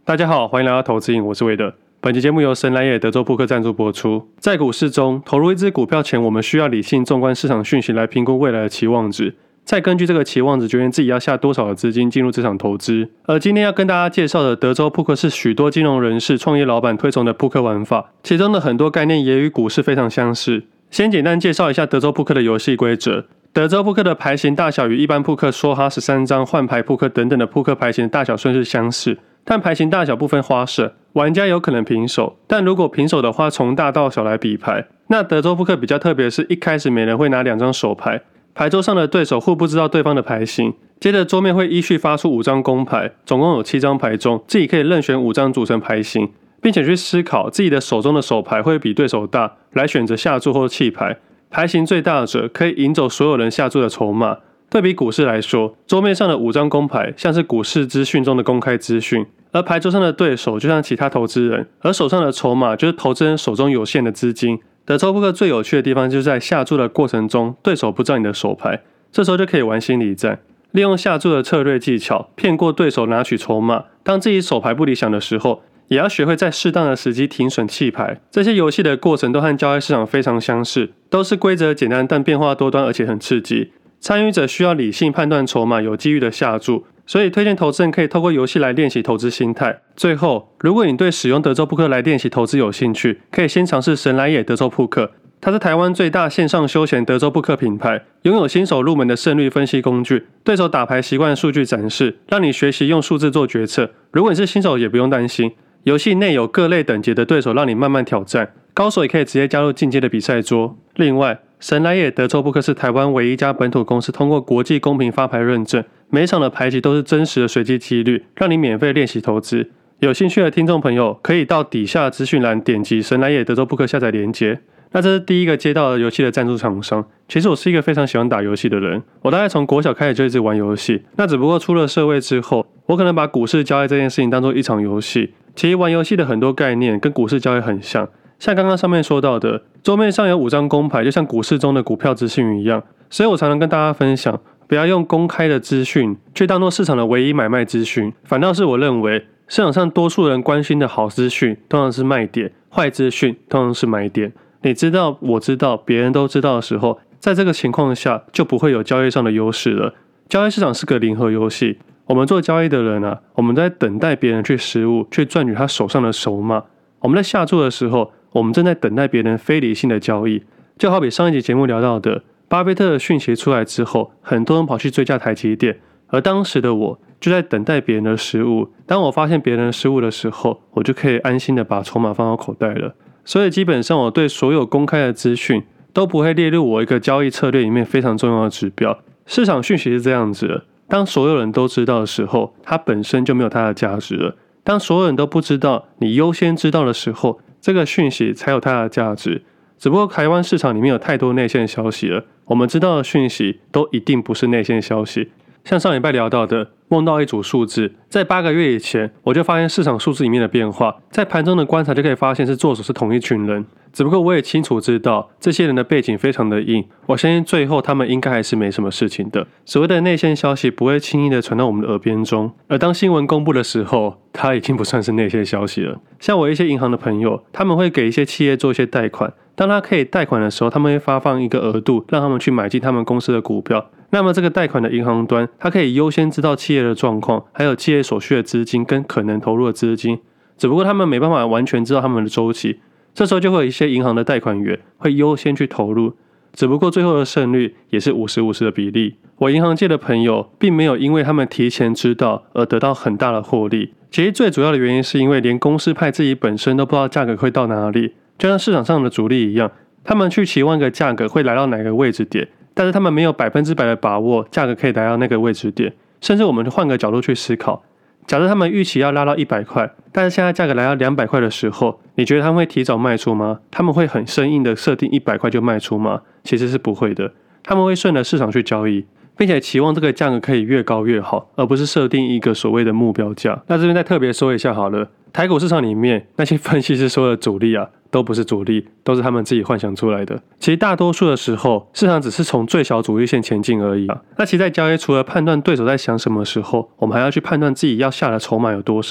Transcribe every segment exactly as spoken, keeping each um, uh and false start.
大家好，欢迎来到投资瘾，我是韦德。本期节目由神来也德州扑克赞助播出。在股市中，投入一支股票前，我们需要理性纵观市场讯息来评估未来的期望值，再根据这个期望值决定自己要下多少的资金进入这场投资。而今天要跟大家介绍的德州扑克是许多金融人士、创业老板推崇的扑克玩法，其中的很多概念也与股市非常相似。先简单介绍一下德州扑克的游戏规则。德州扑克的牌型大小与一般扑克、梭哈十三张、换牌扑克等等的扑克牌型的大小顺序相似，但牌型大小不分花色，玩家有可能平手，但如果平手的话，从大到小来比牌。那德州扑克比较特别的是，一开始每人会拿两张手牌，牌桌上的对手互不知道对方的牌型，接着桌面会依序发出五张公牌，总共有七张牌中，自己可以任选五张组成牌型，并且去思考自己的手中的手牌会比对手大，来选择下注或弃牌。牌型最大者可以引走所有人下注的筹码。对比股市来说，桌面上的五张公牌像是股市资讯中的公开资讯，而牌桌上的对手就像其他投资人，而手上的筹码就是投资人手中有限的资金。德州扑克最有趣的地方就是在下注的过程中，对手不知道你的手牌，这时候就可以玩心理战，利用下注的策略技巧骗过对手拿取筹码。当自己手牌不理想的时候，也要学会在适当的时机停损弃牌。这些游戏的过程都和交易市场非常相似，都是规则简单但变化多端，而且很刺激。参与者需要理性判断筹码，有机遇的下注，所以推荐投资人可以透过游戏来练习投资心态。最后，如果你对使用德州扑克来练习投资有兴趣，可以先尝试神来也德州扑克。它是台湾最大线上休闲德州扑克品牌，拥有新手入门的胜率分析工具，对手打牌习惯数据展示，让你学习用数字做决策。如果你是新手也不用担心，游戏内有各类等级的对手让你慢慢挑战，高手也可以直接加入进阶的比赛桌。另外，神来也德州扑克是台湾唯一一家本土公司通过国际公平发牌认证，每场的牌级都是真实的随机几率，让你免费练习投资。有兴趣的听众朋友可以到底下资讯栏点击神来也德州扑克下载连结。那这是第一个接到的游戏的赞助厂商。其实我是一个非常喜欢打游戏的人，我大概从国小开始就一直玩游戏，那只不过出了社会之后，我可能把股市交易这件事情当作一场游戏。其实玩游戏的很多概念跟股市交易很像，像刚刚上面说到的，桌面上有五张公牌，就像股市中的股票资讯一样，所以我常常跟大家分享，不要用公开的资讯去当作市场的唯一买卖资讯，反倒是我认为市场上多数人关心的好资讯通常是卖点，坏资讯通常是买点。你知道，我知道，别人都知道的时候，在这个情况下就不会有交易上的优势了。交易市场是个零和游戏，我们做交易的人啊，我们在等待别人去失误，去赚取他手上的筹码。我们在下注的时候，我们正在等待别人非理性的交易。就好比上一集节目聊到的，巴菲特的讯息出来之后，很多人跑去追价台积电，而当时的我就在等待别人的失误。当我发现别人的失误的时候，我就可以安心的把筹码放到口袋了。所以基本上我对所有公开的资讯都不会列入我一个交易策略里面非常重要的指标。市场讯息是这样子的，当所有人都知道的时候，它本身就没有它的价值了。当所有人都不知道，你优先知道的时候，这个讯息才有它的价值。只不过台湾市场里面有太多内线消息了，我们知道的讯息都一定不是内线消息。像上礼拜聊到的，梦到一组数字，在八个月以前，我就发现市场数字里面的变化，在盘中的观察就可以发现是做手是同一群人。只不过我也清楚知道，这些人的背景非常的硬，我相信最后他们应该还是没什么事情的。所谓的内线消息不会轻易的传到我们的耳边中，而当新闻公布的时候，它已经不算是内线消息了。像我一些银行的朋友，他们会给一些企业做一些贷款，当他可以贷款的时候，他们会发放一个额度，让他们去买进他们公司的股票。那么这个贷款的银行端，它可以优先知道企业的状况，还有企业所需的资金跟可能投入的资金，只不过他们没办法完全知道他们的周期，这时候就会有一些银行的贷款员会优先去投入，只不过最后的胜率也是五十五十的比例。我银行界的朋友并没有因为他们提前知道而得到很大的获利，其实最主要的原因是因为连公司派自己本身都不知道价格会到哪里，就像市场上的主力一样，他们去期望一个价格会来到哪个位置点，但是他们没有百分之百的把握价格可以来到那个位置点。甚至我们换个角度去思考，假设他们预期要拉到一百块，但是现在价格来到两百块的时候，你觉得他们会提早卖出吗？他们会很生硬的设定一百块就卖出吗？其实是不会的，他们会顺着市场去交易，并且期望这个价格可以越高越好，而不是设定一个所谓的目标价。那这边再特别说一下好了，台股市场里面那些分析师说的主力啊，都不是主力，都是他们自己幻想出来的。其实大多数的时候，市场只是从最小主力线前进而已啊。那其实在交易除了判断对手在想什么时候，我们还要去判断自己要下的筹码有多少，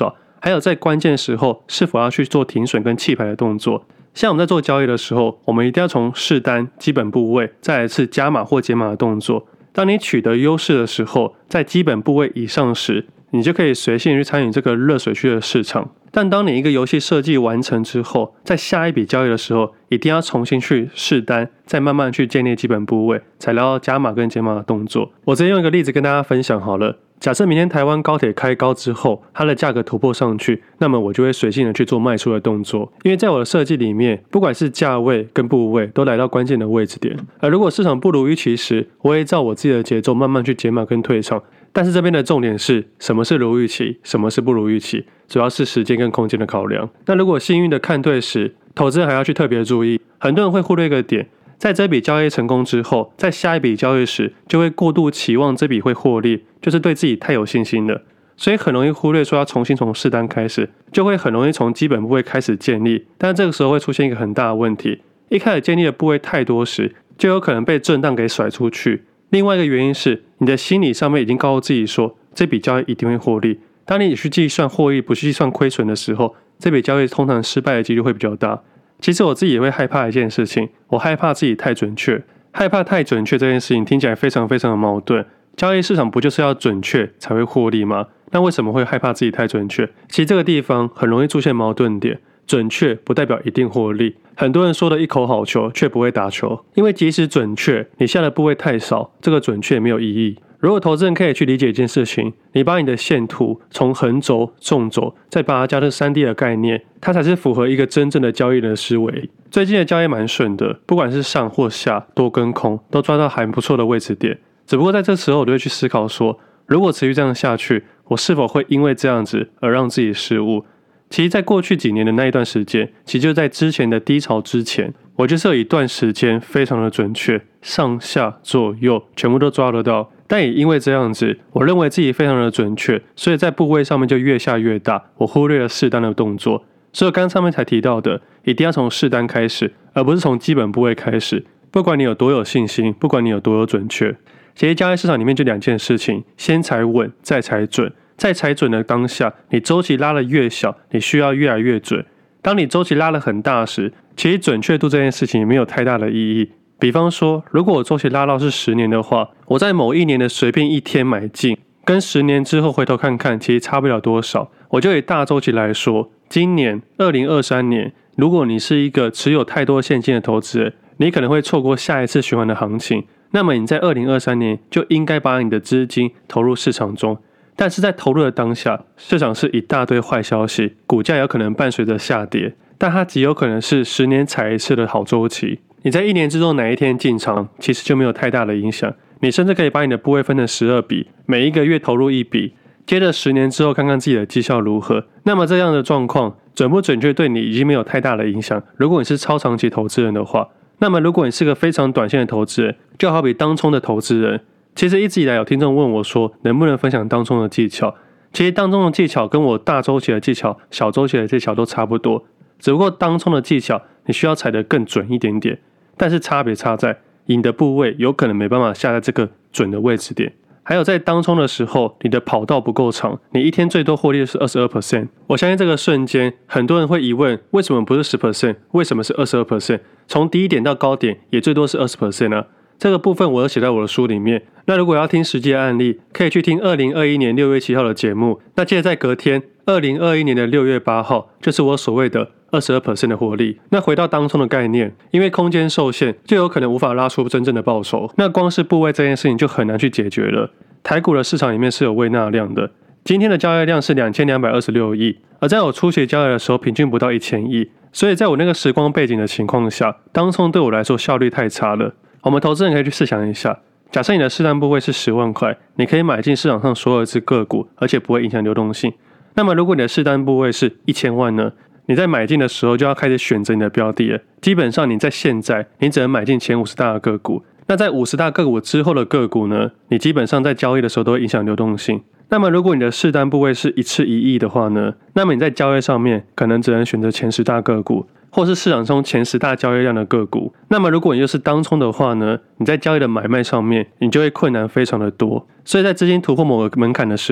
还有在关键时候是否要去做停损跟弃牌的动作。像我们在做交易的时候，我们一定要从试单、基本部位，再来是加码或减码的动作。当你取得优势的时候，在基本部位以上时，你就可以随性去参与这个热水区的市场。但当你一个游戏设计完成之后，在下一笔交易的时候，一定要重新去试单，再慢慢去建立基本部位，才聊到加码跟减码的动作。我直接用一个例子跟大家分享好了。假设明天台湾高铁开高之后，它的价格突破上去，那么我就会随性的去做卖出的动作。因为在我的设计里面，不管是价位跟部位都来到关键的位置点。而如果市场不如预期时，我会照我自己的节奏慢慢去减码跟退场。但是这边的重点是什么是如预期，什么是不如预期，主要是时间跟空间的考量。那如果幸运的看对时，投资人还要去特别注意。很多人会忽略一个点，在这笔交易成功之后，在下一笔交易时就会过度期望这笔会获利，就是对自己太有信心了，所以很容易忽略说要重新从试单开始，就会很容易从基本部位开始建立。但这个时候会出现一个很大的问题，一开始建立的部位太多时，就有可能被震荡给甩出去。另外一个原因是，你的心理上面已经告诉自己说，这笔交易一定会获利。当你去计算获利，不去计算亏损的时候，这笔交易通常失败的几率会比较大。其实我自己也会害怕一件事情，我害怕自己太准确。害怕太准确这件事情听起来非常非常的矛盾。交易市场不就是要准确才会获利吗？那为什么会害怕自己太准确？其实这个地方很容易出现矛盾点。准确不代表一定获利，很多人说的一口好球却不会打球，因为即使准确，你下的部位太少，这个准确没有意义。如果投资人可以去理解一件事情，你把你的线图从横轴、纵轴，再把它加成 三 D 的概念，它才是符合一个真正的交易人的思维。最近的交易蛮顺的，不管是上或下，多跟空都抓到还不错的位置点。只不过在这时候，我就会去思考说，如果持续这样下去，我是否会因为这样子而让自己失误？其实在过去几年的那一段时间，其实就在之前的低潮之前，我就是有一段时间非常的准确，上下左右全部都抓得到。但也因为这样子，我认为自己非常的准确，所以在部位上面就越下越大，我忽略了试单的动作。所以刚上面才提到的，一定要从试单开始，而不是从基本部位开始。不管你有多有信心，不管你有多有准确，其实交易市场里面就两件事情，先踩稳，再踩准。在踩准的当下，你周期拉得越小，你需要越来越准。当你周期拉得很大时，其实准确度这件事情也没有太大的意义。比方说，如果我周期拉到是十年的话，我在某一年的随便一天买进，跟十年之后回头看看，其实差不了多少。我就以大周期来说，今年二零二三年，如果你是一个持有太多现金的投资人，你可能会错过下一次循环的行情。那么你在二零二三年就应该把你的资金投入市场中。但是在投入的当下，市场是一大堆坏消息，股价有可能伴随着下跌，但它极有可能是十年踩一次的好周期。你在一年之中哪一天进场，其实就没有太大的影响。你甚至可以把你的部位分成十二笔，每一个月投入一笔，接着十年之后看看自己的绩效如何。那么这样的状况准不准确对你已经没有太大的影响。如果你是超长期投资人的话，那么如果你是个非常短线的投资人，就好比当冲的投资人。其实一直以来有听众问我说，能不能分享当冲的技巧？其实当冲的技巧跟我大周期的技巧、小周期的技巧都差不多，只不过当冲的技巧你需要踩得更准一点点，但是差别差在你的部位有可能没办法下在这个准的位置点。还有在当冲的时候，你的跑道不够长，你一天最多获利的是 百分之二十二。 我相信这个瞬间很多人会疑问，为什么不是 百分之十？ 为什么是 百分之二十二？ 从低点到高点也最多是 百分之二十 啊。这个部分我有写在我的书里面，那如果要听实际的案例，可以去听二零二一年六月七号的节目。那接着在隔天二零二一年的六月八号，就是我所谓的 百分之二十二 的获利。那回到当冲的概念，因为空间受限，就有可能无法拉出真正的报酬。那光是部位这件事情就很难去解决了。台股的市场里面是有未纳量的，今天的交易量是两千两百二十六亿，而在我初期交易的时候，平均不到一千亿。所以在我那个时光背景的情况下，当冲对我来说效率太差了。我们投资人可以去试想一下，假设你的试单部位是十万块，你可以买进市场上所有一只个股，而且不会影响流动性。那么如果你的试单部位是一千万呢？你在买进的时候就要开始选择你的标的了。基本上你在现在，你只能买进前五十大的个股。那在五十大个股之后的个股呢？你基本上在交易的时候都会影响流动性。那么如果你的试单部位是一次一亿的话呢？那么你在交易上面可能只能选择前十大个股，或是市场中前十大交易量的个股。那么如果你又是当冲的话呢？你在交易的买卖上面，你就会困难非常的多。所以在资金突破某个门槛的时候，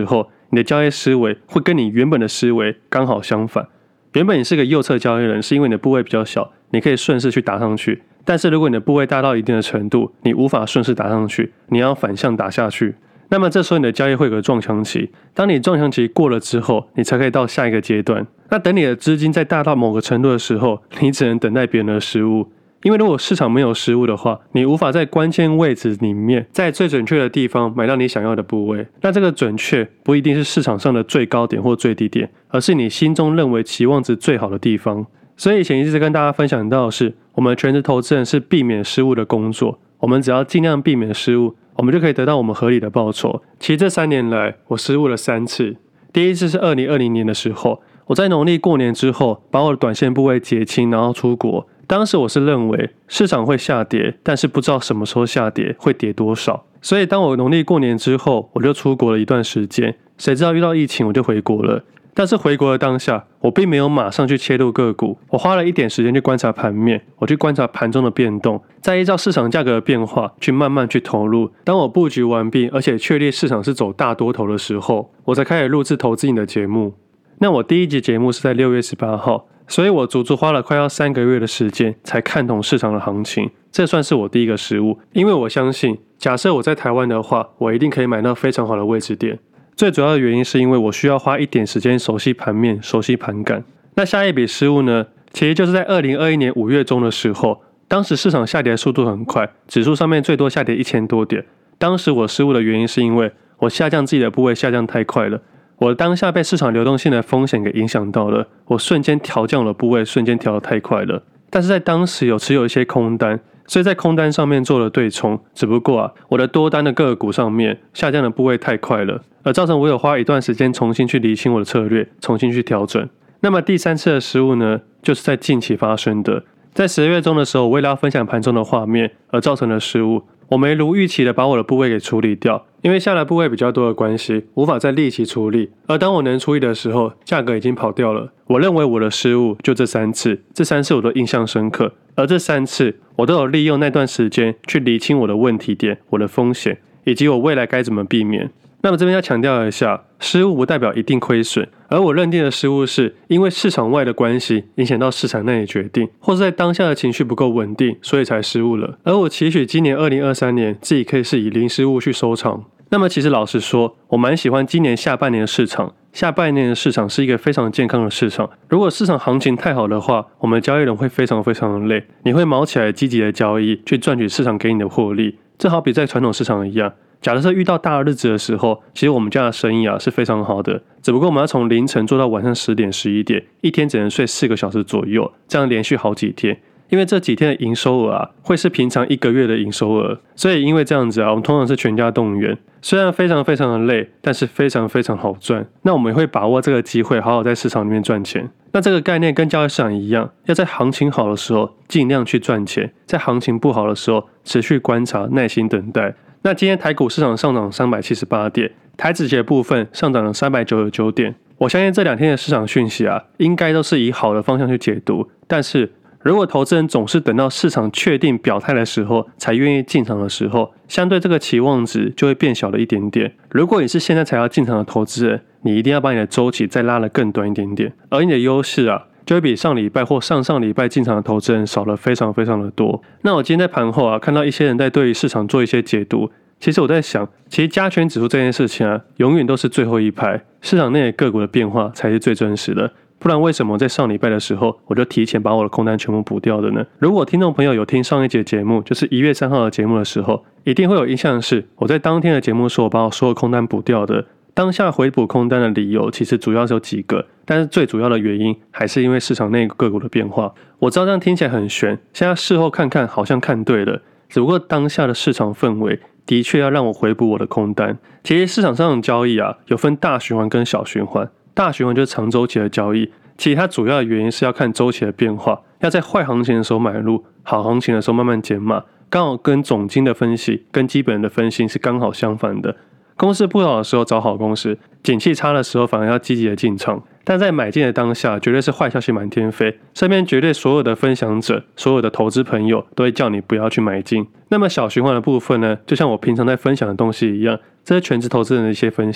你的交易思维会跟你原本的思维刚好相反。原本你是个右侧交易人，是因为你的部位比较小，你可以顺势去打上去。但是如果你的部位大到一定的程度，你无法顺势打上去，你要反向打下去。那么这时候你的交易会有个撞墙期，当你撞墙期过了之后，你才可以到下一个阶段。那等你的资金再大到某个程度的时候，你只能等待别人的失误。因为如果市场没有失误的话，你无法在关键位置里面，在最准确的地方买到你想要的部位。那这个准确不一定是市场上的最高点或最低点，而是你心中认为期望值最好的地方。所以以前一直跟大家分享到的是，我们全职投资人是避免失误的工作，我们只要尽量避免失误，我们就可以得到我们合理的报酬。其实这三年来，我失误了三次。第一次是二零二零年的时候，我在农历过年之后，把我的短线部位结清，然后出国。当时我是认为市场会下跌，但是不知道什么时候下跌，会跌多少。所以当我农历过年之后，我就出国了一段时间。谁知道遇到疫情，我就回国了。但是回国的当下，我并没有马上去切入个股，我花了一点时间去观察盘面，我去观察盘中的变动，再依照市场价格的变化去慢慢去投入。当我布局完毕，而且确立市场是走大多头的时候，我才开始录制投资瘾的节目。那我第一集节目是在六月十八号，所以我足足花了快要三个月的时间才看懂市场的行情，这算是我第一个失误。因为我相信，假设我在台湾的话，我一定可以买到非常好的位置点。最主要的原因是因为我需要花一点时间熟悉盘面、熟悉盘感。那下一笔失误呢，其实就是在二零二一年五月中的时候，当时市场下跌的速度很快，指数上面最多下跌一千多点。当时我失误的原因是因为我下降自己的部位下降太快了。我当下被市场流动性的风险给影响到了，我瞬间调降了部位，瞬间调得太快了。但是在当时有持有一些空单，所以在空单上面做了对冲，只不过啊，我的多单的个股上面下降的部位太快了，而造成我有花一段时间重新去厘清我的策略，重新去调整。那么第三次的失误呢，就是在近期发生的。在十月中的时候，为了要分享盘中的画面而造成的失误，我没如预期的把我的部位给处理掉，因为下的部位比较多的关系，无法再立即处理。而当我能处理的时候，价格已经跑掉了。我认为我的失误就这三次，这三次我都印象深刻，而这三次我都有利用那段时间去理清我的问题点、我的风险，以及我未来该怎么避免。那么这边要强调一下，失误不代表一定亏损，而我认定的失误是因为市场外的关系影响到市场内的决定，或是在当下的情绪不够稳定，所以才失误了。而我期许今年二零二三年自己可以是以零失误去收场。那么其实老实说，我蛮喜欢今年下半年的市场，下半年的市场是一个非常健康的市场。如果市场行情太好的话，我们交易人会非常非常的累，你会卯起来积极的交易，去赚取市场给你的获利。这好比在传统市场一样，假设遇到大日子的时候，其实我们家的生意啊是非常好的，只不过我们要从凌晨做到晚上十点、十一点，一天只能睡四个小时左右，这样连续好几天。因为这几天的营收额啊，会是平常一个月的营收额，所以因为这样子啊，我们通常是全家动员。虽然非常非常的累，但是非常非常好赚。那我们也会把握这个机会，好好在市场里面赚钱。那这个概念跟交易市场一样，要在行情好的时候尽量去赚钱，在行情不好的时候持续观察，耐心等待。那今天台股市场上涨三百七十八点，台指期的部分上涨了三百九十九点。我相信这两天的市场讯息啊，应该都是以好的方向去解读。但是如果投资人总是等到市场确定表态的时候才愿意进场的时候，相对这个期望值就会变小了一点点。如果你是现在才要进场的投资人，你一定要把你的周期再拉得更短一点点，而你的优势啊，就会比上礼拜或上上礼拜进场的投资人少了非常非常的多。那我今天在盘后啊，看到一些人在对于市场做一些解读，其实我在想，其实加权指数这件事情啊，永远都是最后一排，市场内的个股的变化才是最真实的。不然为什么在上礼拜的时候我就提前把我的空单全部补掉的呢？如果听众朋友有听上一节节目，就是一月三号的节目的时候，一定会有印象的是我在当天的节目说我把我所有空单补掉的。当下回补空单的理由其实主要是有几个，但是最主要的原因还是因为市场内个股的变化。我知道这样听起来很玄，现在事后看看好像看对了，只不过当下的市场氛围的确要让我回补我的空单。其实市场上的交易啊，有分大循环跟小循环。大循环就是长周期的交易，其实它主要的原因是要看周期的变化，要在坏行情的时候买入，好行情的时候慢慢减码，刚好跟总经的分析跟基本的分析是刚好相反的。公司不好的时候找好公司，景气差的时候反而要积极的进场。但在买进的当下，绝对是坏消息满天飞，身边绝对所有的分享者、所有的投资朋友都会叫你不要去买进。那么小循环的部分呢，就像我平常在分享的东西一样，这是全职投资人的一些分享。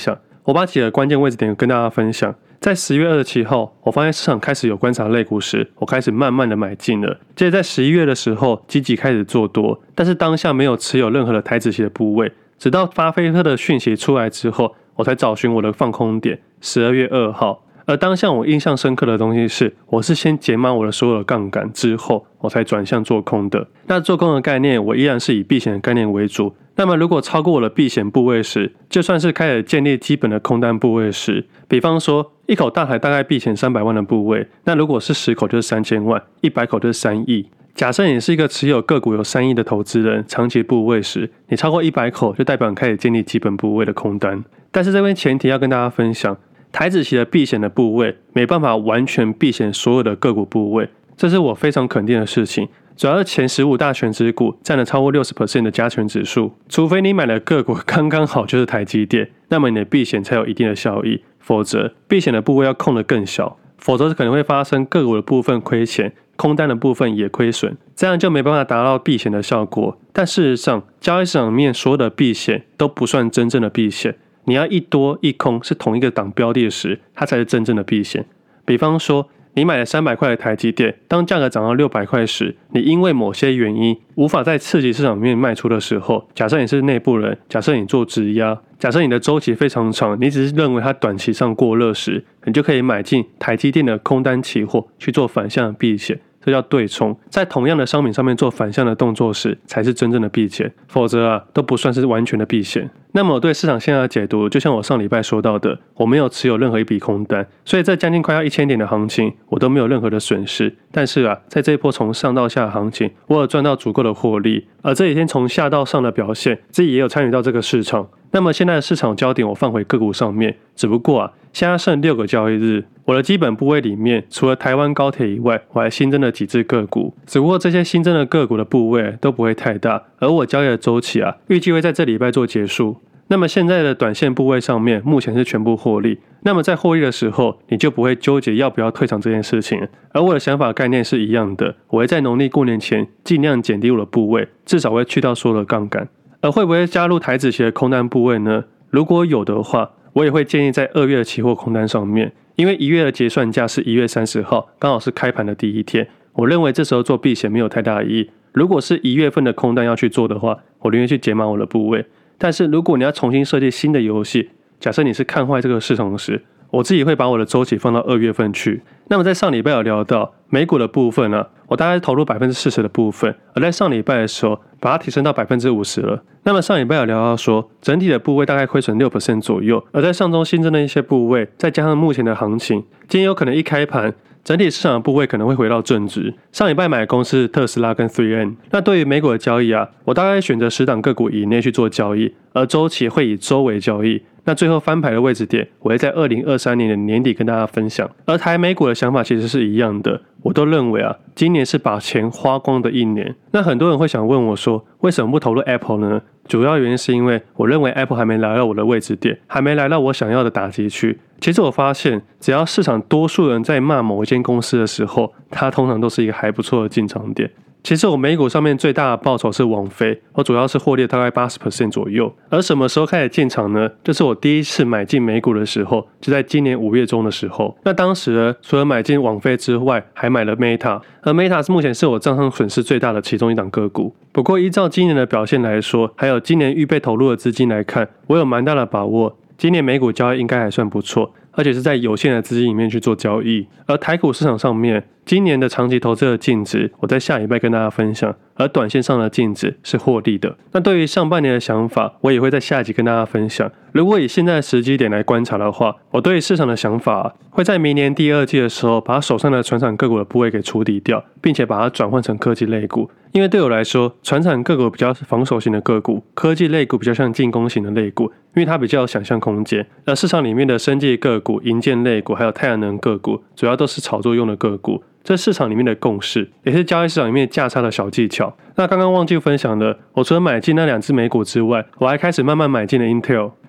我把几个关键位置点跟大家分享。在十月二十七号，我发现市场开始有观察类股时，我开始慢慢的买进了。接着在十一月的时候，积极开始做多，但是当下没有持有任何的台指期的部位，直到巴菲特的讯息出来之后，我才找寻我的放空点。十二月二号。而当下我印象深刻的东西是，我是先减码我的所有的杠杆之后，我才转向做空的。那做空的概念，我依然是以避险的概念为主。那么如果超过我的避险部位时，就算是开始建立基本的空单部位时，比方说一口大台大概避险三百万的部位，那如果是十口就是三千万，一百口就是三亿。假设你是一个持有个股有三亿的投资人，长期部位时，你超过一百口就代表你开始建立基本部位的空单。但是这边前提要跟大家分享，台指期的避险的部位没办法完全避险所有的个股部位，这是我非常肯定的事情。主要是前十五大权值股占了超过 百分之六十 的加权指数，除非你买的个股刚刚好就是台积电，那么你的避险才有一定的效益，否则避险的部位要控得更小，否则可能会发生个股的部分亏钱，空单的部分也亏损，这样就没办法达到避险的效果。但事实上，交易市场里面所有的避险都不算真正的避险，你要一多一空是同一个档标的时，它才是真正的避险。比方说，你买了三百块的台积电，当价格涨到六百块时，你因为某些原因无法在次级市场里面卖出的时候，假设你是内部人，假设你做质押，假设你的周期非常长，你只是认为它短期上过热时，你就可以买进台积电的空单期货去做反向的避险，这叫对冲。在同样的商品上面做反向的动作时，才是真正的避险，否则啊都不算是完全的避险。那么我对市场现在的解读，就像我上礼拜说到的，我没有持有任何一笔空单，所以在将近快要一千点的行情，我都没有任何的损失。但是啊，在这一波从上到下的行情，我有赚到足够的获利，而这几天从下到上的表现，自己也有参与到这个市场。那么现在的市场焦点我放回个股上面，只不过啊，现在剩六个交易日，我的基本部位里面，除了台湾高铁以外，我还新增了几只个股，只不过这些新增的个股的部位都不会太大，而我交易的周期啊，预计会在这礼拜做结束。那么现在的短线部位上面，目前是全部获利。那么在获利的时候，你就不会纠结要不要退场这件事情。而我的想法概念是一样的，我会在农历过年前尽量减低我的部位，至少会去到所有的杠杆。而会不会加入台指期的空单部位呢？如果有的话，我也会建议在二月的期货空单上面，因为一月的结算价是一月三十号，刚好是开盘的第一天。我认为这时候做避险没有太大的意义。如果是一月份的空单要去做的话，我宁愿去减码我的部位。但是如果你要重新设计新的游戏，假设你是看坏这个市场时，我自己会把我的周期放到二月份去。那么在上礼拜有聊到美股的部分啊，我大概投入 百分之四十 的部分，而在上礼拜的时候把它提升到 百分之五十 了。那么上礼拜有聊到说，整体的部位大概亏损 百分之六 左右，而在上周新增的一些部位，再加上目前的行情，今天有可能一开盘整体市场的部位可能会回到正值。上礼拜买的公司是特斯拉跟 三 M。 那对于美股的交易啊，我大概选择十档个股以内去做交易，而周期会以周为交易。那最后翻牌的位置点，我会在二零二三年的年底跟大家分享。而台美股的想法其实是一样的，我都认为啊，今年是把钱花光的一年。那很多人会想问我说，为什么不投入 Apple 呢？主要原因是因为我认为 Apple 还没来到我的位置点，还没来到我想要的打击区。其实我发现，只要市场多数人在骂某一间公司的时候，它通常都是一个还不错的进场点。其实我美股上面最大的报酬是网飞，我主要是获利大概 百分之八十 左右。而什么时候开始进场呢？就是我第一次买进美股的时候，就在今年五月中的时候。那当时呢，除了买进网飞之外，还买了 Meta， 而 Meta 是目前是我账上损失最大的其中一档个股。不过依照今年的表现来说，还有今年预备投入的资金来看，我有蛮大的把握，今年美股交易应该还算不错，而且是在有限的资金里面去做交易。而台股市场上面，今年的长期投资的净值，我在下礼拜跟大家分享，而短线上的净值是获利的。那对于上半年的想法，我也会在下一集跟大家分享。如果以现在的时机点来观察的话，我对于市场的想法会在明年第二季的时候，把手上的传产个股的部位给处理掉，并且把它转换成科技类股。因为对我来说，传产个股比较是防守型的个股，科技类股比较像进攻型的类股，因为它比较有想象空间。而市场里面的生技个股、营建类股还有太阳能个股，主要都是炒作用的个股。这市场里面的共识，也是交易市场里面价差的小技巧。那刚刚忘记分享了，我除了买进那两只美股之外，我还开始慢慢买进了 Intel。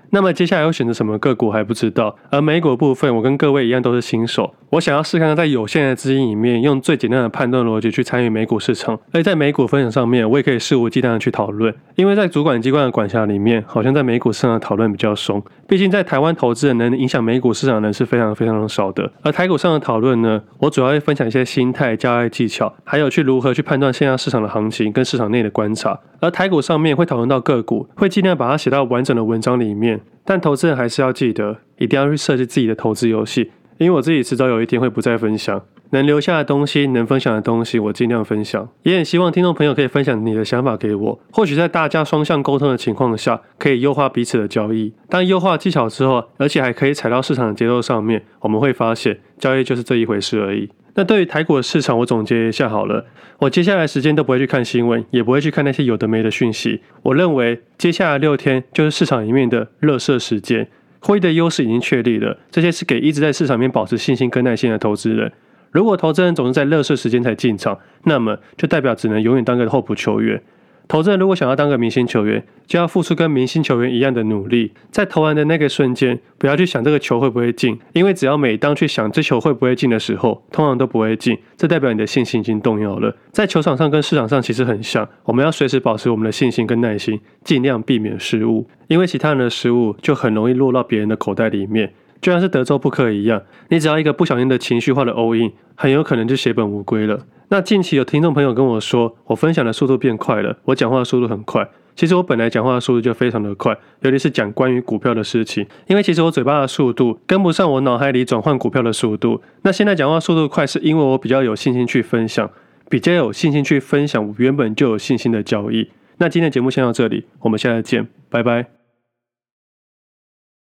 那么接下来会选择什么个股还不知道，而美股的部分我跟各位一样都是新手，我想要试看看在有限的资金里面用最简单的判断逻辑去参与美股市场，而在美股分享上面我也可以肆无忌惮的去讨论，因为在主管机关的管辖里面好像在美股市场的讨论比较松，毕竟在台湾投资人能影响美股市场的人是非常非常少的，而台股上的讨论呢，我主要会分享一些心态、交易技巧，还有去如何去判断现在市场的行情跟市场内的观察，而台股上面会讨论到个股，会尽量把它写到完整的文章里面，但投资人还是要记得一定要去设计自己的投资游戏，因为我自己迟早有一天会不再分享，能留下的东西，能分享的东西我尽量分享，也很希望听众朋友可以分享你的想法给我，或许在大家双向沟通的情况下可以优化彼此的交易，当优化技巧之后，而且还可以踩到市场的节奏上面，我们会发现交易就是这一回事而已。那对于台股的市场我总结一下好了，我接下来时间都不会去看新闻，也不会去看那些有的没的讯息，我认为接下来六天就是市场里面的垃圾时间，获利的优势已经确立了，这些是给一直在市场里面保持信心跟耐心的投资人，如果投资人总是在垃圾时间才进场，那么就代表只能永远当个候补球员。投资人如果想要当个明星球员，就要付出跟明星球员一样的努力，在投篮的那个瞬间不要去想这个球会不会进，因为只要每当去想这球会不会进的时候，通常都不会进，这代表你的信心已经动摇了。在球场上跟市场上其实很像，我们要随时保持我们的信心跟耐心，尽量避免失误，因为其他人的失误就很容易落到别人的口袋里面，就像是德州扑克一样，你只要一个不小心的情绪化的 all in， 很有可能就血本无归了。那近期有听众朋友跟我说，我分享的速度变快了，我讲话的速度很快。其实我本来讲话的速度就非常的快，尤其是讲关于股票的事情，因为其实我嘴巴的速度跟不上我脑海里转换股票的速度。那现在讲话速度快，是因为我比较有信心去分享，比较有信心去分享我原本就有信心的交易。那今天的节目先到这里，我们下次见，拜拜。